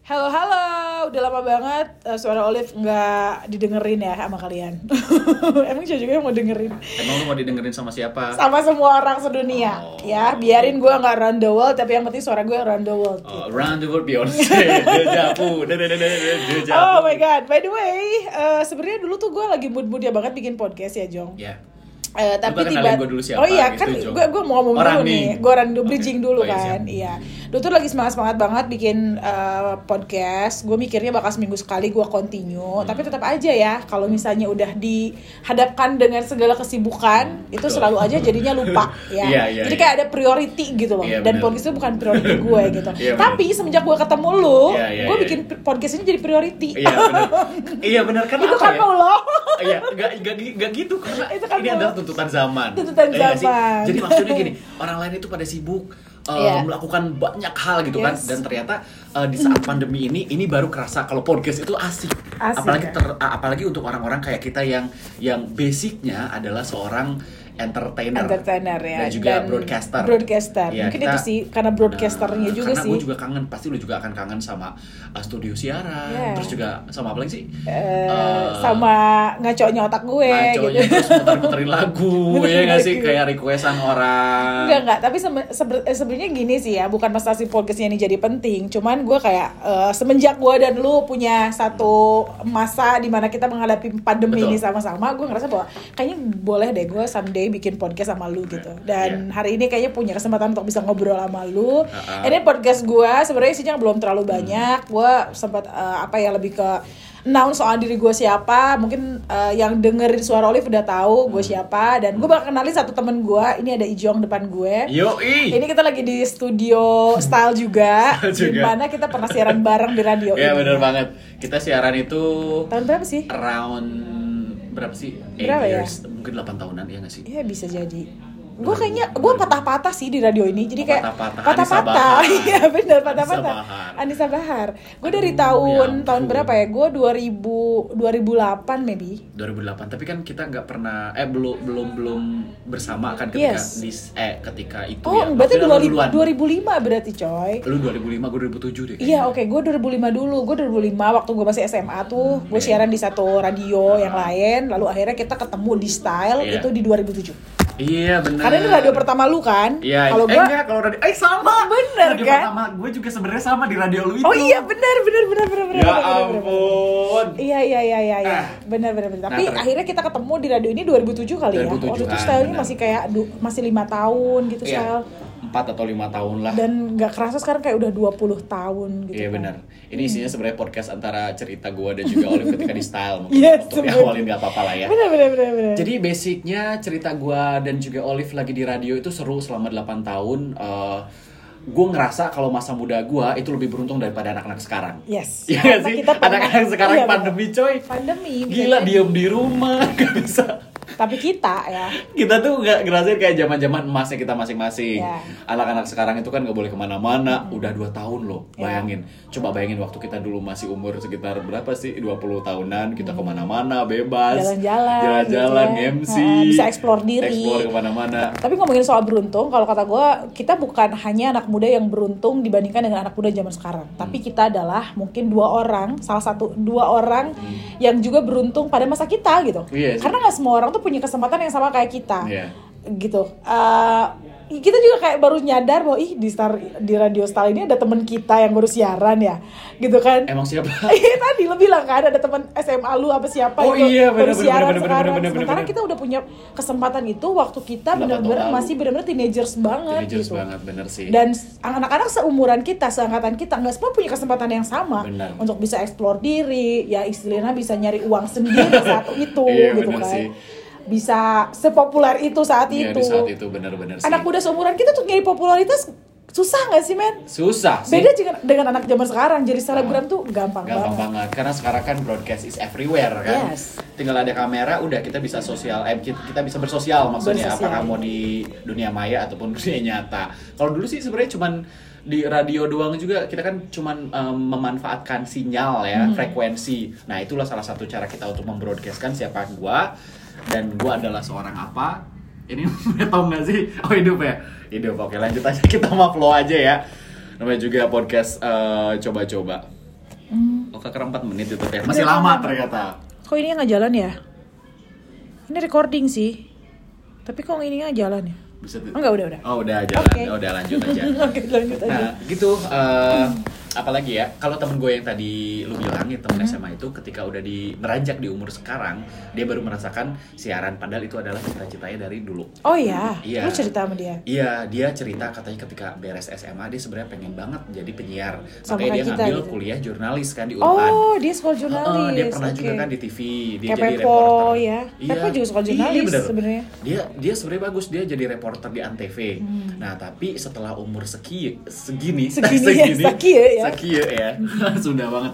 Halo, udah lama banget suara Olive nggak didengerin ya sama kalian. Emang juga mau dengerin? Emang lu mau didengerin sama siapa? Sama semua orang sedunia. Ya, biarin gue nggak around the world, tapi yang penting suara gue around the world. Oh, around the world Beyonce, Dejavu. Oh my god, by the way, sebenarnya dulu tuh gue lagi mood-moodnya banget bikin podcast ya, Jong. Ya. Tapi tiba dulu siapa, oh iya gitu, kan gue mau ngomong orang dulu nih, gue bridging dulu kan. Iya, dulu tuh lagi semangat banget bikin podcast. Gue mikirnya bakal seminggu sekali gue continue, tapi tetap aja ya kalau misalnya udah dihadapkan dengan segala kesibukan itu selalu aja jadinya lupa ya. Jadi kayak ada priority gitu loh, dan podcast itu bukan priority gue gitu. Tapi semenjak gue ketemu lu, gue bikin podcast ini jadi priority. Iya benar kan? Itu kan mau lo? Iya, nggak gitu karena itu kan ini adalah tuntutan zaman. Jadi maksudnya gini, orang lain itu pada sibuk melakukan banyak hal gitu kan, dan ternyata di saat pandemi ini baru kerasa kalau podcast itu asik. Apalagi untuk orang-orang kayak kita yang basicnya adalah seorang entertainer ya, dan juga broadcaster. Ya, mungkin itu sih karena broadcasternya juga karena sih. Karena gue juga kangen, pasti lu juga akan kangen sama studio siaran, terus juga sama apa lagi sih? Sama ngaconya otak gue gitu. Terus muter-muterin lagu ya nggak sih, kayak requestan orang. Enggak, tapi sebenarnya gini sih ya, bukan masalah si podcastnya ini jadi penting, cuman gue kayak semenjak gue dan lu punya satu masa di mana kita menghadapi pandemi ini sama-sama, gue ngerasa bahwa kayaknya boleh deh gue someday bikin podcast sama lu gitu. Dan hari ini kayaknya punya kesempatan untuk bisa ngobrol sama lu. Ini podcast gue sebenarnya isinya belum terlalu banyak. Gue sempat lebih ke announce soal diri gue siapa. Mungkin yang dengerin suara Olive udah tahu gue siapa, dan gue bakal kenalin satu temen gue. Ini ada Ijong depan gue. Ini kita lagi di studio Style juga. Di mana kita pernah siaran bareng di radio. Iya benar banget. Kita siaran itu tahun berapa sih? Berapa sih? Berapa ya? Mungkin 8 tahunan ya nggak sih? Iya bisa jadi. Gue kayaknya patah-patah sih di radio ini, jadi kayak patah-patah. Iya benar, patah-patah. Anissa Bahar. Gue dari tahun berapa ya? Gue 2008 maybe. 2008. Tapi kan kita nggak pernah belum bersama kan ketika ketika itu ya. Oh, berarti 2005 berarti coy. Lu 2005, gue 2007 deh. Iya, oke, gue 2005 dulu. Gue 2005 waktu gue masih SMA tuh, gue siaran di satu radio yang lain, lalu akhirnya kita ketemu di Style itu di 2007. Iya benar. Karena ini radio pertama lu kan? Iya. Kalau radio sama. Bener radio kan? Pertama gue juga sebenarnya sama di radio lu itu. Oh iya benar. Ya ampun. Iya. Benar. Tapi akhirnya kita ketemu di radio ini 2007 kali ya. Waktu itu Style-nya masih kayak masih 5 tahun gitu Style. 4 atau 5 tahun lah. Dan gak kerasa sekarang kayak udah 20 tahun gitu. Iya benar. Ini isinya sebenarnya podcast antara cerita gue dan juga Olive ketika di Style. Mungkin untuk diawalin gak apa-apa lah ya. Benar. Jadi basicnya cerita gue dan juga Olive lagi di radio itu seru selama 8 tahun. Gue ngerasa kalau masa muda gue itu lebih beruntung daripada anak-anak sekarang. Yes. Iya sih. Anak-anak sekarang pandemi coy. Pandemi. Gila diem di rumah gak bisa. Tapi kita tuh nggak ngerasain kayak zaman emasnya kita masing-masing. Anak-anak sekarang itu kan nggak boleh kemana-mana. Udah 2 tahun loh, bayangin. Coba bayangin waktu kita dulu masih umur sekitar berapa sih, 20 tahunan, kita kemana-mana bebas, jalan-jalan gitu MC, bisa explore kemana-mana. Tapi ngomongin soal beruntung, kalau kata gue, kita bukan hanya anak muda yang beruntung dibandingkan dengan anak muda zaman sekarang. Tapi kita adalah mungkin dua orang yang juga beruntung pada masa kita gitu. Karena nggak semua orang tuh punya kesempatan yang sama kayak kita, gitu. Kita juga kayak baru nyadar bahwa di radio Style ini ada teman kita yang baru siaran ya, gitu kan? Emang siapa? Tadi lo bilang kan ada teman SMA lu apa siapa baru siaran sekarang. Sementara kita udah punya kesempatan itu waktu kita benar-benar masih benar-benar teenagers banget gitu. Bener sih. Dan anak-anak seumuran kita, seangkatan kita, nggak semua punya kesempatan yang sama untuk bisa explore diri, ya istilahnya bisa nyari uang sendiri saat itu, gitu kan? Sih. Bisa sepopuler itu saat itu. Di saat itu benar-benar sih. Anak muda seumuran kita tuh nyari popularitas susah nggak sih men? Susah sih. Beda dengan anak zaman sekarang, jadi selebgram tuh gampang banget. Karena sekarang kan broadcast is everywhere kan. Tinggal ada kamera, udah kita bisa kita bisa bersosial maksudnya. Apakah mau di dunia maya ataupun dunia nyata. Kalau dulu sih sebenarnya cuman di radio doang juga, kita kan cuman memanfaatkan sinyal ya, frekuensi. Nah itulah salah satu cara kita untuk membroadcastkan siapa gua. Dan gue adalah seorang apa? Ini tau gak sih? Oh hidup ya? Hidup, oke lanjut aja, kita sama flow aja ya. Namanya juga podcast coba-coba. Oh, keker 4 menit itu teh. Masih lama ternyata. Kok ini nggak jalan ya? Ini recording sih. Tapi kok ini nggak jalan ya? Bisa tuh. Enggak, udah. Oh, udah jalan. Okay. Udah lanjut aja. Oke, lanjut aja. Nah, gitu. Apalagi ya, kalau temen gue yang tadi lu bilang ya, temen SMA itu ketika udah beranjak di umur sekarang, dia baru merasakan siaran, padahal itu adalah cita-citanya dari dulu. Oh iya? Iya. Lu cerita sama dia? Iya, dia cerita katanya ketika beres SMA dia sebenarnya pengen banget jadi penyiar. Sama Makanya dia kita ngambil gitu. kuliah jurnalis kan di Unpad. Oh, dia sekolah jurnalis. Dia pernah juga Okay. kan di TV, dia Kayak jadi Pepo, reporter. ya. Pepo juga sekolah jurnalis bener. sebenarnya. Dia sebenarnya bagus, dia jadi reporter di Antv. Nah, tapi setelah umur segini ya. Sudah banget.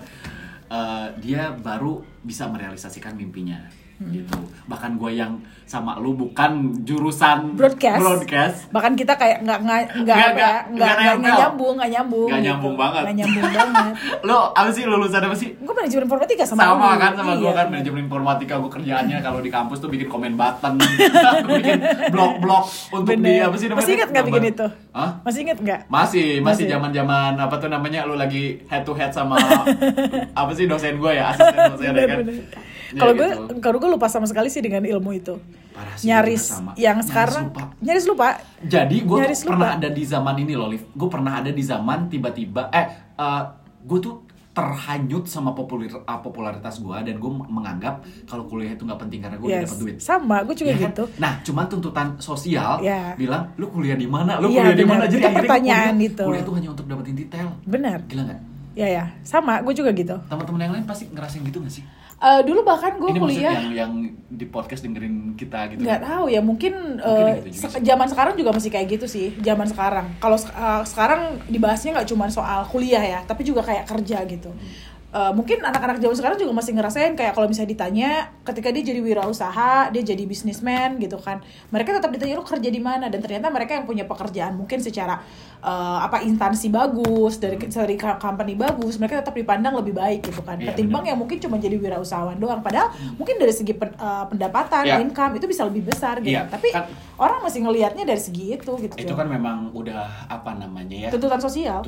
Dia baru bisa merealisasikan mimpinya. Gitu. Bahkan gue yang sama lu bukan jurusan broadcast. Bahkan kita kayak nggak nyambung banget. Nggak nyambung banget. Lo apa sih, lulusan apa sih? Gue manajemen informatika sama kan sama gue kan manajemen informatika. Gue kerjaannya kalau di kampus tuh bikin komen button, bikin blog untuk di apa sih namanya? Masih ingat nggak bikin itu? Hah? Masih ingat nggak? Masih zaman apa tuh namanya, lu lagi head to head sama apa sih dosen gue ya, asisten dosen ya kan. Kalau gue lupa sama sekali sih dengan ilmu itu. Sih, nyaris yang sekarang nyaris lupa. Jadi gue pernah ada di zaman ini loh, Liv. Gue pernah ada di zaman tiba-tiba gue tuh terhanyut sama popularitas gue, dan gue menganggap kalau kuliah itu nggak penting karena gue udah dapat duit. Sama, gue juga gitu. Nah, cuman tuntutan sosial bilang lu kuliah di mana? Jadi itu pertanyaan kuliah itu hanya untuk dapetin detail. Benar. Gila nggak? Ya, sama, gue juga gitu. Teman-teman yang lain pasti ngerasain gitu nggak sih? Dulu bahkan gue kuliah. Ini yang di podcast dengerin kita gitu. Nggak tahu ya, mungkin gitu zaman sekarang juga masih kayak gitu sih. Zaman sekarang. Kalau sekarang dibahasnya nggak cuma soal kuliah ya, tapi juga kayak kerja gitu. Mungkin anak-anak zaman sekarang juga masih ngerasain kayak kalau misalnya ditanya ketika dia jadi wirausaha, dia jadi bisnismen gitu kan, mereka tetap ditanya lu kerja di mana, dan ternyata mereka yang punya pekerjaan mungkin secara instansi bagus, dari company bagus, mereka tetap dipandang lebih baik gitu kan, ketimbang yang mungkin cuma jadi wirausahawan doang, padahal mungkin dari segi pendapatan, income itu bisa lebih besar gitu, tapi kan, orang masih ngelihatnya dari segi itu gitu. Itu kan memang udah apa namanya ya, tuntutan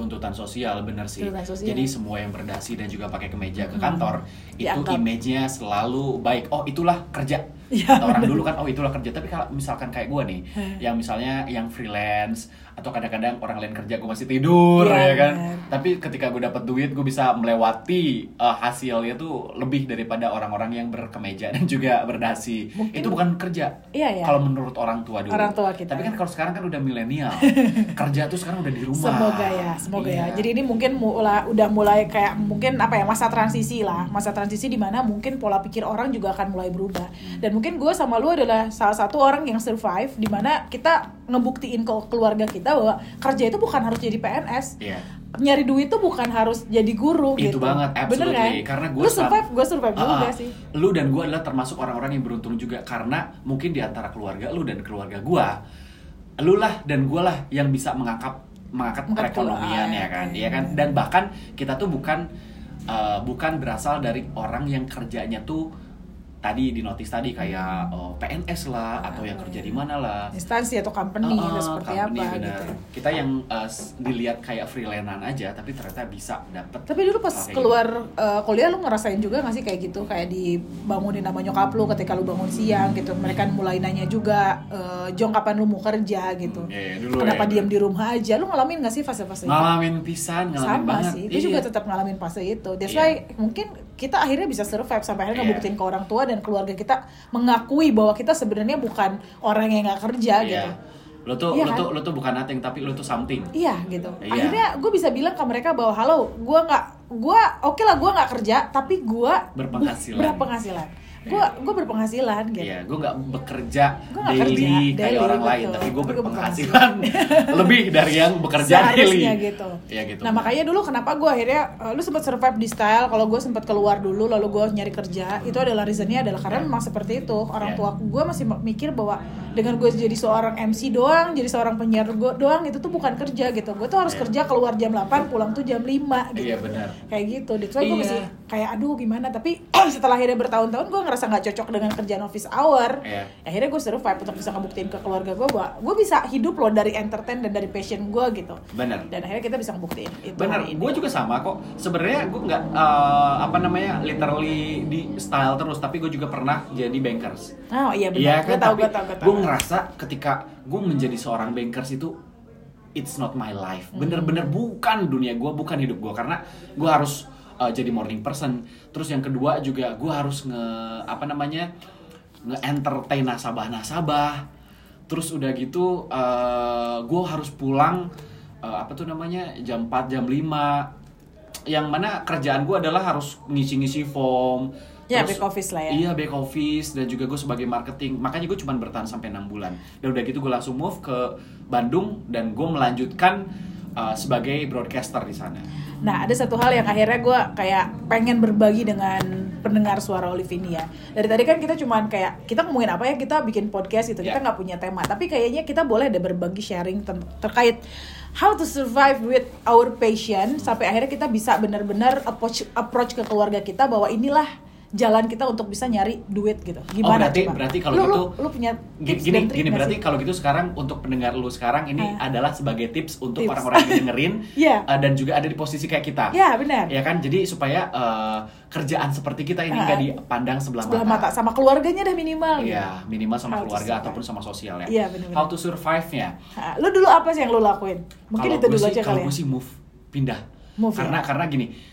sosial benar sih. Jadi semua yang berdasi dan juga pakai kemeja ke kantor itu image-nya selalu baik. Oh, itulah kerja. Orang dulu kan itulah kerja. Tapi kalau misalkan kayak gue nih, yang misalnya yang freelance atau kadang-kadang orang lain kerja gue masih tidur ya kan. Tapi ketika gue dapat duit gue bisa melewati hasilnya tuh lebih daripada orang-orang yang berkemeja dan juga berdasi. Mungkin, itu bukan kerja. Kalau menurut orang tua dulu. Orang tua kita. Tapi kan kalau sekarang kan udah milenial. Kerja tuh sekarang udah di rumah. Semoga ya. Jadi ini mungkin udah mulai kayak mungkin masa transisi lah. Masa transisi di mana mungkin pola pikir orang juga akan mulai berubah. Dan mungkin gue sama lu adalah salah satu orang yang survive di mana kita ngebuktiin ke keluarga kita bahwa kerja itu bukan harus jadi PNS. Nyari duit tuh bukan harus jadi guru itu gitu. Banget, absolutely. Bener kan? Karena gue survive juga sih. Lu dan gue adalah termasuk orang-orang yang beruntung juga, karena mungkin di antara keluarga lu dan keluarga gue, lu lah dan gue lah yang bisa mengangkat perekonomian ya kan. Dan bahkan kita tuh bukan berasal dari orang yang kerjanya tuh tadi di notice tadi kayak PNS lah atau yang kerja di mana lah, instansi atau company atau seperti apa benar. Gitu. Kita yang dilihat kayak freelance aja tapi ternyata bisa dapet. Tapi dulu pas keluar kuliah lu ngerasain juga nggak sih kayak gitu, kayak dibangunin sama nyokap lu ketika lu bangun siang gitu, mereka mulai nanya juga Jong kapan lu mau kerja gitu, kenapa diam di rumah aja, lu ngalamin nggak sih fase-fase ngalamin itu? Ngalamin sama banget. Sih gue juga tetap ngalamin fase itu. That's why mungkin kita akhirnya bisa survive sampai akhirnya ngebuktiin ke orang tua dan keluarga kita mengakui bahwa kita sebenarnya bukan orang yang nggak kerja gitu. Lo tuh bukan nothing tapi lo tuh something. Gitu. Akhirnya gue bisa bilang ke mereka bahwa halo, gue oke lah gue nggak kerja tapi gue berpenghasilan. Gue berpenghasilan gitu. Gue nggak bekerja daily kayak orang lain, tapi gue berpenghasilan lebih dari yang bekerja daily. Gitu. Gitu. Nah makanya dulu kenapa gue akhirnya lu sempat survive di style, kalau gue sempat keluar dulu lalu gue nyari kerja, itu adalah reasonnya adalah karena memang seperti itu. Orang tua gue masih mikir bahwa dengan gue jadi seorang MC doang, jadi seorang penyiar doang, itu tuh bukan kerja gitu. Gue tuh harus kerja, keluar jam 8, pulang tuh jam 5 gitu. Iya benar. Kayak gitu. That's why gue masih kayak aduh gimana, tapi setelah akhirnya bertahun-tahun gue ngerasa nggak cocok dengan kerjaan office hour. Akhirnya gue survive untuk bisa ngebuktiin ke keluarga gue bahwa gue bisa hidup loh dari entertain dan dari passion gue gitu. Benar. Dan akhirnya kita bisa ngebuktiin itu. Benar. Gue juga sama kok. Sebenarnya gue nggak literally di style terus, tapi gue juga pernah jadi bankers. Oh iya benar. Iya kan, gue tahu. Gue ngerasa ketika gue menjadi seorang bankers itu it's not my life. Bener-bener bukan dunia gue, bukan hidup gue, karena gue harus jadi morning person. Terus yang kedua juga gue harus nge-entertain nasabah-nasabah. Terus udah gitu gue harus pulang jam 4, jam 5. Yang mana kerjaan gue adalah harus ngisi-ngisi form. Ya, back office lah ya. Iya, back office, dan juga gue sebagai marketing. Makanya gue cuma bertahan sampai 6 bulan. Dan udah gitu gue langsung move ke Bandung dan gue melanjutkan sebagai broadcaster di sana. Nah, ada satu hal yang akhirnya gue kayak pengen berbagi dengan pendengar Suara Olive ini ya. Dari tadi kan kita cuman kayak, kita ngomongin apa ya, kita bikin podcast gitu, kita nggak punya tema. Tapi kayaknya kita boleh ada berbagi sharing terkait how to survive with our passion, sampai akhirnya kita bisa benar-benar approach ke keluarga kita bahwa inilah jalan kita untuk bisa nyari duit gitu. Gimana berarti kalau gitu lu punya gini berarti kalau gitu sekarang untuk pendengar lu sekarang ini adalah sebagai tips untuk orang-orang yang dengerin dan juga ada di posisi kayak kita. Iya, benar. Ya kan? Jadi supaya kerjaan seperti kita ini enggak dipandang sebelah mata. Sama keluarganya dah minimal. Iya, minimal sama keluarga ataupun sama sosial ya. Iya, benar. How to survive-nya. Lu dulu apa sih yang lu lakuin? Mungkin itu dulu aja kali ya. Kalau gue sih pindah. Karena gini,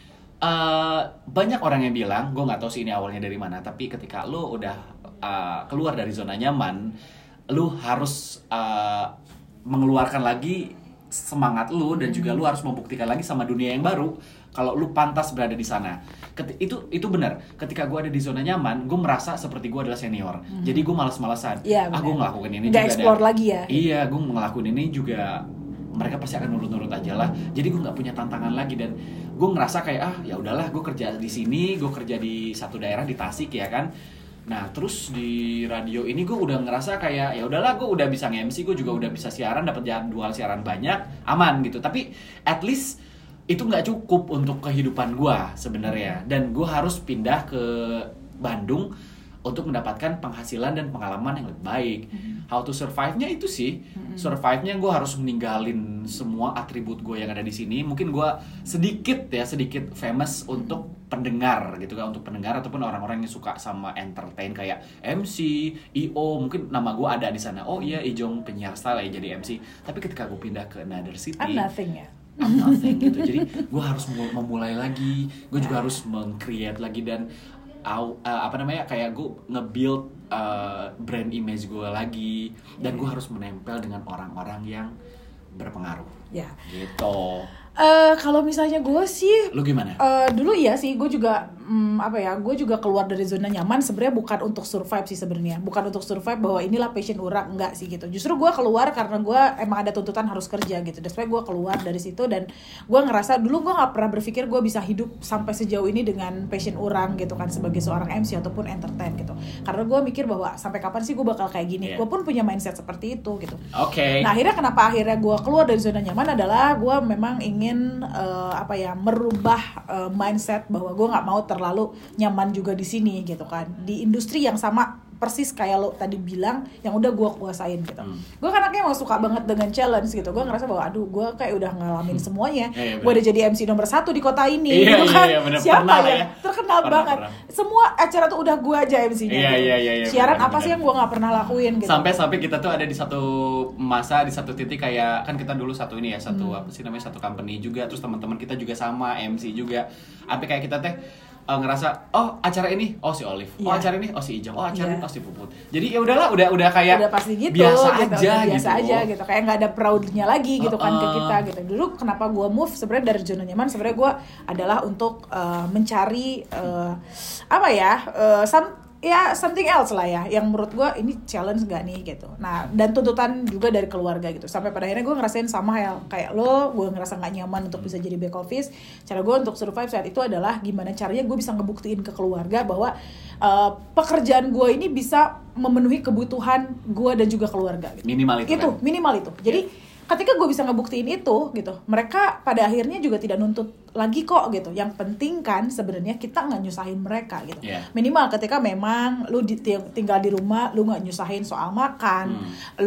banyak orang yang bilang, gue nggak tahu sih ini awalnya dari mana, tapi ketika lo udah keluar dari zona nyaman, lo harus mengeluarkan lagi semangat lo, dan juga lo harus membuktikan lagi sama dunia yang baru kalau lo pantas berada di sana. Itu benar. Ketika gue ada di zona nyaman, gue merasa seperti gue adalah senior. Jadi gue malas-malasan. Gue ngelakuin ini juga. Nggak explore lagi ya. Iya, gue ngelakuin ini juga. Mereka pasti akan nurut-nurut aja lah. Jadi gue nggak punya tantangan lagi, dan gue ngerasa kayak ya udahlah, gue kerja di sini, gue kerja di satu daerah di Tasik ya kan. Nah terus di radio ini gue udah ngerasa kayak ya udahlah, gue udah bisa nge-MC, gue juga udah bisa siaran, dapat jadwal siaran banyak, aman gitu. Tapi at least itu nggak cukup untuk kehidupan gue sebenarnya, dan gue harus pindah ke Bandung untuk mendapatkan penghasilan dan pengalaman yang lebih baik. How to survive-nya itu sih. Survive-nya gue harus meninggalin semua atribut gue yang ada di sini. Mungkin gue sedikit famous untuk pendengar gitu kan, untuk pendengar ataupun orang-orang yang suka sama entertain kayak MC, IO, mungkin nama gue ada di sana. Oh iya, Ijong penyiar style ya jadi MC. Tapi ketika gue pindah ke another city, I'm nothing gitu. Jadi gue harus memulai lagi. Gue juga harus meng-create lagi, dan kayak gue nge-build brand image gue lagi, dan gue harus menempel dengan orang-orang yang berpengaruh. Gitu. Kalau misalnya gue sih, lu gimana? Dulu iya sih, gue juga gue juga keluar dari zona nyaman sebenarnya bukan untuk survive sih sebenarnya, bukan untuk survive bahwa inilah passion orang, enggak sih gitu. Justru gue keluar karena gue emang ada tuntutan harus kerja gitu. That's why gue keluar dari situ, dan gue ngerasa dulu gue nggak pernah berpikir gue bisa hidup sampai sejauh ini dengan passion orang gitu kan, sebagai seorang MC ataupun entertain gitu. Karena gue mikir bahwa sampai kapan sih gue bakal kayak gini. Gue pun punya mindset seperti itu gitu. Nah akhirnya kenapa gue keluar dari zona nyaman adalah gue memang ingin merubah mindset bahwa gue nggak mau terlalu nyaman juga di sini gitu kan, di industri yang sama persis kayak lo tadi bilang yang udah gue kuasain gitu. Gue kan anaknya emang suka banget dengan challenge gitu. Gue ngerasa bahwa gue kayak udah ngalamin semuanya. Gue udah jadi MC nomor 1 di kota ini gitu kan. Siapa ya? Terkenal banget. Semua acara tuh udah gue aja MC-nya. Siaran apa sih yang gue nggak pernah lakuin gitu. Sampai kita tuh ada di satu masa, di satu titik kayak kan kita dulu satu satu company juga, terus teman-teman kita juga sama MC juga. Sampai kayak kita ngerasa acara ini si Olive, acara ini si Ijong, acara ini si Puput. Jadi ya udahlah, udah kayak udah pasti gitu, biasa gitu. aja gitu, kayak nggak ada proudnya lagi gitu kan ke kita gitu. Dulu kenapa gue move sebenarnya dari zona nyaman, sebenarnya gue adalah untuk mencari something else lah ya, yang menurut gue ini challenge gak nih gitu. Nah dan tuntutan juga dari keluarga gitu, sampai pada akhirnya gue ngerasain sama hal kayak lo, gue ngerasa gak nyaman untuk bisa jadi back office. Cara gue untuk survive saat itu adalah gimana caranya gue bisa ngebuktiin ke keluarga bahwa pekerjaan gue ini bisa memenuhi kebutuhan gue dan juga keluarga gitu. Minimal itu kan? Minimal itu. Jadi ketika gue bisa ngebuktiin itu gitu, mereka pada akhirnya juga tidak nuntut lagi kok gitu. Yang penting kan sebenarnya kita nggak nyusahin mereka gitu. Minimal ketika memang lu tinggal di rumah, lu nggak nyusahin soal makan,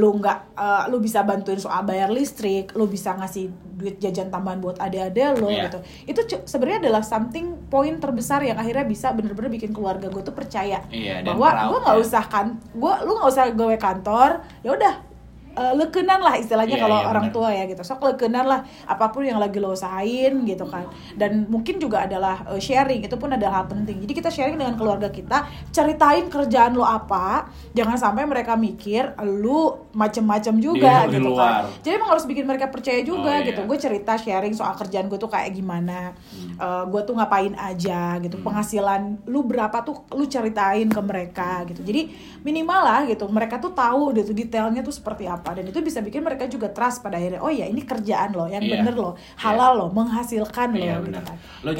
lu bisa bantuin soal bayar listrik, lu bisa ngasih duit jajan tambahan buat adik-adik lo gitu. Itu sebenarnya adalah something point terbesar yang akhirnya bisa bener-bener bikin keluarga gue tuh percaya bahwa gue nggak usah lu nggak usah gawe kantor, ya udah. Lekenan lah istilahnya kalau orang tua ya gitu. Sok lekenan lah apapun yang lagi lo usahain gitu kan. Dan mungkin juga adalah sharing, itu pun adalah hal penting. Jadi kita sharing dengan keluarga kita, ceritain kerjaan lo apa, jangan sampai mereka mikir lu macem-macem juga gitu kan. Jadi emang harus bikin mereka percaya juga gitu. Gue cerita sharing soal kerjaan gue tuh kayak gimana, gue tuh ngapain aja gitu, penghasilan lu berapa tuh lu ceritain ke mereka gitu. Jadi minimal lah gitu, mereka tuh tahu gitu detailnya tuh seperti apa. Dan itu bisa bikin mereka juga trust pada akhirnya, oh ya ini kerjaan lo yang bener lo, halal lo, menghasilkan lo gitu kan.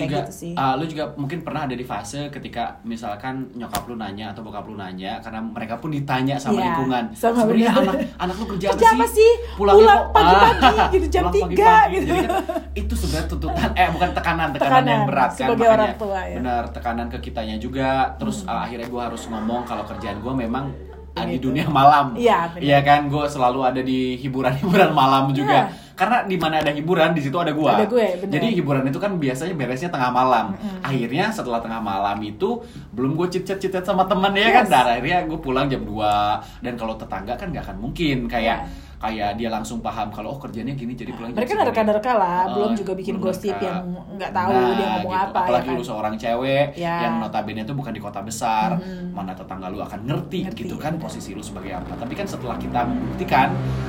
Lo juga mungkin pernah ada di fase ketika misalkan nyokap lu nanya atau bokap lu nanya, karena mereka pun ditanya sama lingkungan, sebenarnya anak lu kerja apa sih? Pulang pagi-pagi gitu, jam 3 gitu. Jadi kan, itu sebenarnya tuntutan bukan tekanan yang berat kan, sebagai orang tua ya. Benar, tekanan ke kitanya juga. Terus akhirnya gue harus ngomong kalau kerjaan gue memang di dunia malam. Iya kan, gue selalu ada di hiburan malam juga. Karena di mana ada hiburan, di situ ada gue. Jadi hiburan itu kan biasanya beresnya tengah malam. Akhirnya setelah tengah malam itu belum gue chit-chat sama temen ya kan. Dan akhirnya gue pulang jam 2. Dan kalau tetangga kan nggak akan mungkin kayak dia langsung paham kalau kerjanya gini jadi pulang. Mereka nerka-nerka lah, belum juga bikin gosip yang nggak tahu dia ngomong gitu. apa. Apalagi lu seorang cewek yang notabene itu bukan di kota besar, mana tetangga lu akan ngerti gitu kan posisi lu sebagai apa. Tapi kan setelah kita membuktikan,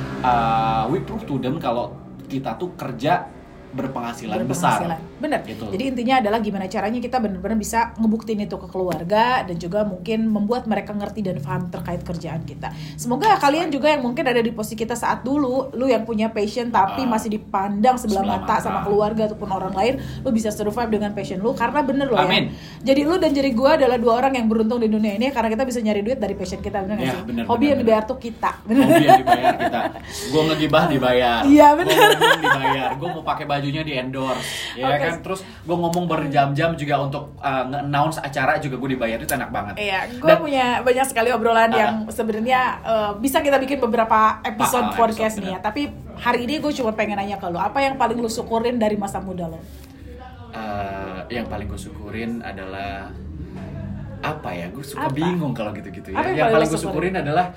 we prove to them kalau kita tuh kerja berpenghasilan besar. Bener. Gitu. Jadi intinya adalah gimana caranya kita benar-benar bisa ngebuktiin itu ke keluarga dan juga mungkin membuat mereka ngerti dan paham terkait kerjaan kita. Semoga kalian juga yang mungkin ada di posisi kita saat dulu, lu yang punya passion tapi masih dipandang sebelah mata sama keluarga ataupun orang lain, lu bisa survive dengan passion lu karena bener loh ya. Jadi lu dan jadi gue adalah 2 orang yang beruntung di dunia ini karena kita bisa nyari duit dari passion kita, bener gak sih? Hobi yang dibayar tuh kita. Hobi yang dibayar kita. Gue ngegibah dibayar. Iya bener. Gue dibayar. Gue mau pakai bajunya di endorse, ya kan. Terus gue ngomong berjam-jam juga untuk nge-announce acara juga gue dibayar, itu enak banget. Iya, gue punya banyak sekali obrolan yang sebenarnya bisa kita bikin beberapa episode podcast nih ya. Tapi hari ini gue cuma pengen nanya ke lo, apa yang paling lo syukurin dari masa muda lo? Yang paling gue syukurin adalah apa ya? Gue suka bingung kalau gitu-gitu ya. Yang paling gue syukurin adalah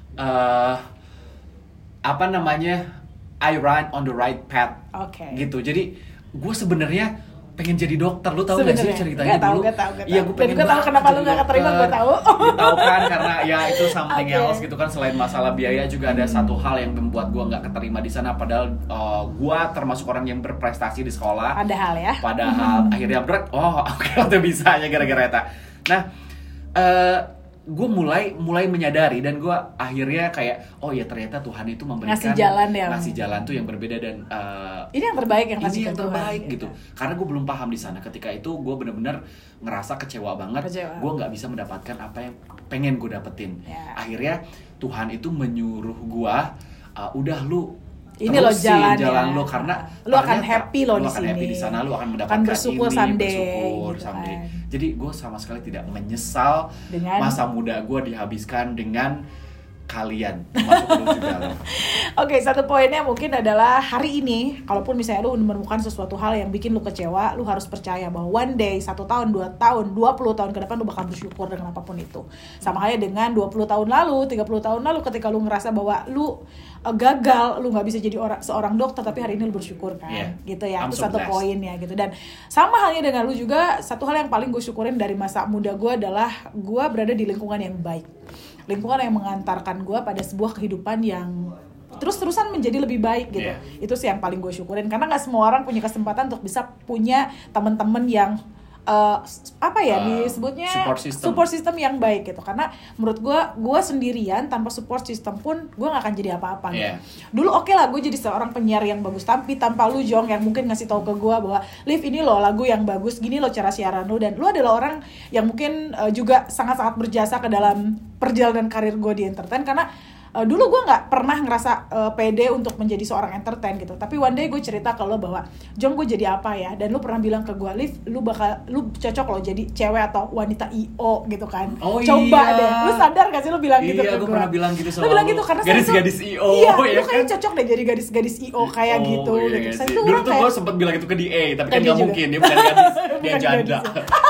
I run on the right path. Gitu. Jadi gue sebenarnya pengen jadi dokter. Lu tahu nggak sih ceritanya dulu? Iya, gue pengen. Gue tahu kenapa lu nggak keterima. Gue tahu. Tahu kan, karena ya itu something else gitu kan. Selain masalah biaya juga ada satu hal yang membuat gue nggak keterima di sana. Padahal gue termasuk orang yang berprestasi di sekolah. Padahal akhirnya berat. Waktu bisa ya gara-gara eta. Nah, gue mulai menyadari dan gue akhirnya kayak ternyata Tuhan itu memberikan ngasih jalan tuh yang berbeda dan ini yang terbaik yang kasih terbaik gitu. Karena gue belum paham di sana. Ketika itu gue benar-benar ngerasa kecewa banget. Gue nggak bisa mendapatkan apa yang pengen gue dapetin. Akhirnya Tuhan itu menyuruh gue, udah lu ini lo jalan lo karena lo akan happy lo di sini. Happy di sana, lo akan mendapatkan bersyukur someday. Jadi gue sama sekali tidak menyesal dengan masa muda gue dihabiskan dengan kalian, termasuk lu juga lo. Oke, satu poinnya mungkin adalah hari ini, kalaupun misalnya lu menemukan sesuatu hal yang bikin lu kecewa, lu harus percaya bahwa one day, 1 tahun, 2 tahun, 20 tahun ke depan lu bakal bersyukur dengan apapun itu. Sama halnya dengan 20 tahun lalu, 30 tahun lalu ketika lu ngerasa bahwa lu gagal, lu gak bisa jadi seorang dokter, tapi hari ini lu bersyukur kan, gitu ya. Itu satu poin ya gitu. Dan sama halnya dengan lu juga, satu hal yang paling gue syukurin dari masa muda gue adalah gue berada di lingkungan yang baik. Lingkungan yang mengantarkan gue pada sebuah kehidupan yang terus-terusan menjadi lebih baik gitu. Itu sih yang paling gue syukurin, karena gak semua orang punya kesempatan untuk bisa punya teman-teman yang apa ya disebutnya support system yang baik gitu. Karena menurut gue sendirian tanpa support system pun gue nggak akan jadi apa-apa gitu. Dulu oke lah gue jadi seorang penyiar yang bagus, tapi tanpa lu Jong yang mungkin ngasih tahu ke gue bahwa Liv ini loh lagu yang bagus, gini loh cara siaran lu, dan lu adalah orang yang mungkin juga sangat-sangat berjasa ke dalam perjalanan karir gue di entertain. Karena dulu gue nggak pernah ngerasa pede untuk menjadi seorang entertain gitu, tapi one day gue cerita ke lo bahwa Jong gue jadi apa ya, dan lu pernah bilang ke gue, Liv lu cocok lo jadi cewek atau wanita IO gitu kan. Coba deh, lu sadar gak sih lu bilang gitu ke gue? Iya, gue pernah bilang gitu sama lu bilang gitu karena gadis-gadis IO. Iya, ya lu kayak cocok deh jadi gadis-gadis IO kayak gitu. Iya, gitu. Dulu tuh gue sempet bilang itu ke DA, tapi kan nggak mungkin, dia bukan gadis, dia janda.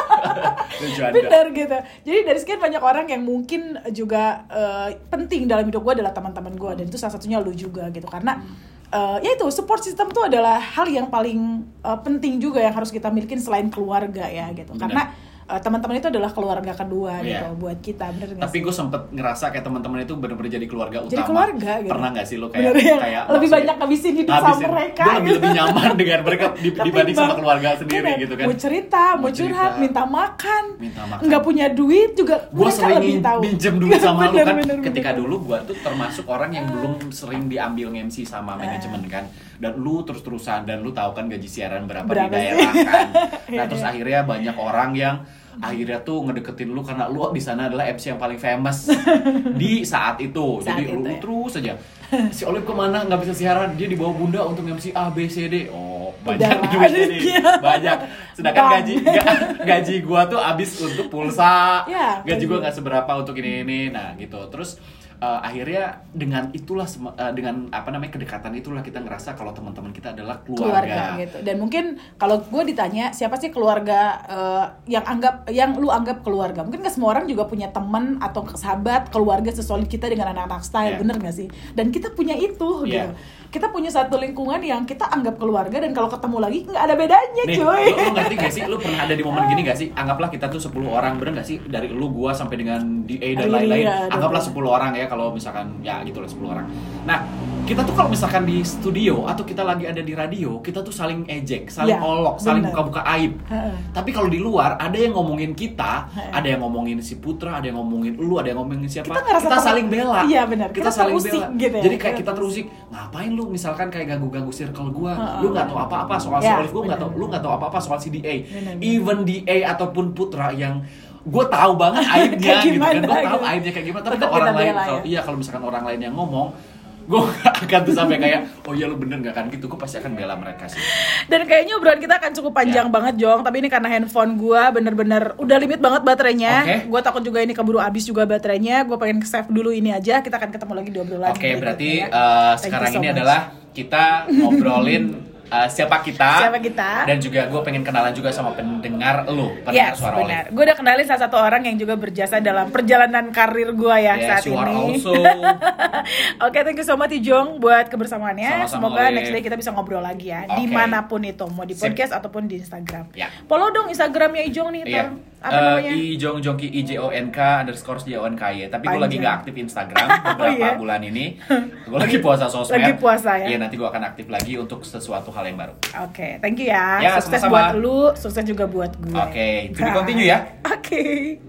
Bener gitu. Jadi dari sekian banyak orang yang mungkin juga penting dalam hidup gue adalah teman-teman gue, dan itu salah satunya lu juga gitu. Karena ya itu support system tuh adalah hal yang paling penting juga yang harus kita milikin selain keluarga ya gitu. Bener. Karena teman-teman itu adalah keluarga kedua gitu buat kita, bener nggak? Tapi gue sempet ngerasa kayak teman-teman itu benar-benar jadi keluarga utama. Jadi keluarga gitu. Pernah nggak sih lo kayak lebih banyak ngabisin hidup sama mereka? Gue lebih nyaman dengan mereka dibanding sama keluarga sendiri gitu kan. Mau cerita, mau curhat, minta makan, nggak punya duit juga. Gue sering minjem duit sama lo kan. Ketika dulu gue tuh termasuk orang yang belum sering diambil MC sama manajemen kan. Dan lu terus-terusan, dan lu tahu kan gaji siaran berapa di daerah kan. Nah terus akhirnya banyak orang yang akhirnya tuh ngedeketin lu karena lu di sana adalah MC yang paling famous di saat itu. Jadi lu terus aja, si Olive kemana nggak bisa siaran, dia dibawa bunda untuk MC A B C D. Oh banyak duitnya nih, banyak. Sedangkan gaji gua tuh habis untuk pulsa, gaji gua nggak seberapa untuk ini. Nah gitu. Terus akhirnya dengan itulah dengan kedekatan itulah kita ngerasa kalau teman-teman kita adalah keluarga gitu. Dan mungkin kalau gue ditanya siapa sih keluarga yang lu anggap keluarga, mungkin gak semua orang juga punya teman atau sahabat keluarga sesolid kita dengan anak-anak style, bener gak sih? Dan kita punya itu gitu. Kita punya satu lingkungan yang kita anggap keluarga, dan kalau ketemu lagi nggak ada bedanya. Nih, cuy. Lu ngerti gak sih? Lu pernah ada di momen gini gak sih? Anggaplah kita tuh 10 orang, bener gak sih? Dari lu, gua sampai dengan DA dan lain-lain. Anggaplah 10 orang ya, kalau misalkan ya gitulah 10 orang. Nah, kita tuh kalau misalkan di studio atau kita lagi ada di radio, kita tuh saling ejek, saling olok, saling buka-buka aib. Tapi kalau di luar ada yang ngomongin kita, ada yang ngomongin si Putra, ada yang ngomongin lu, ada yang ngomongin siapa. Kita saling bela. Iya benar. Kita saling bela. Gitu ya? Jadi kayak kita terusik, ngapain lu misalkan kayak ganggu-ganggu circle gua, lu nggak tahu apa-apa soal si Olive, gua nggak tahu, lu nggak tahu apa-apa soal si DA. Even DA ataupun Putra yang gue tahu banget aibnya gitu kan, gue tahu aibnya kayak gimana. Tapi kalau orang lain, kalau misalkan orang lain yang ngomong, gue gak akan tuh sampai kayak, oh iya lu bener gak kan gitu, gue pasti akan bela mereka sih. Dan kayaknya obrolan kita akan cukup panjang banget Jong, tapi ini karena handphone gue bener-bener udah limit banget baterainya. Gue takut juga ini keburu habis juga baterainya, gue pengen save dulu ini aja, kita akan ketemu lagi di obrolan. Berarti sekarang ini adalah kita ngobrolin siapa kita, dan juga gue pengen kenalan juga sama pendengar suara Olive. Gue udah kenalin salah satu orang yang juga berjasa dalam perjalanan karir gue saat ini. Oke, thank you so much Jong buat kebersamaannya. Semoga next day kita bisa ngobrol lagi ya, dimanapun itu, mau di podcast ataupun di Instagram. Follow dong Instagramnya Ijong nih. Apa namanya? Ijong Jongki IJONK_JONKY. Tapi gue lagi gak aktif Instagram beberapa bulan ini. Gue lagi puasa sosmed. Lagi puasa ya. Iya, nanti gue akan aktif lagi untuk sesuatu hal yang baru. Oke, thank you ya. Sukses sama-sama buat lu, sukses juga buat gue. Oke, to be continue ya. Oke.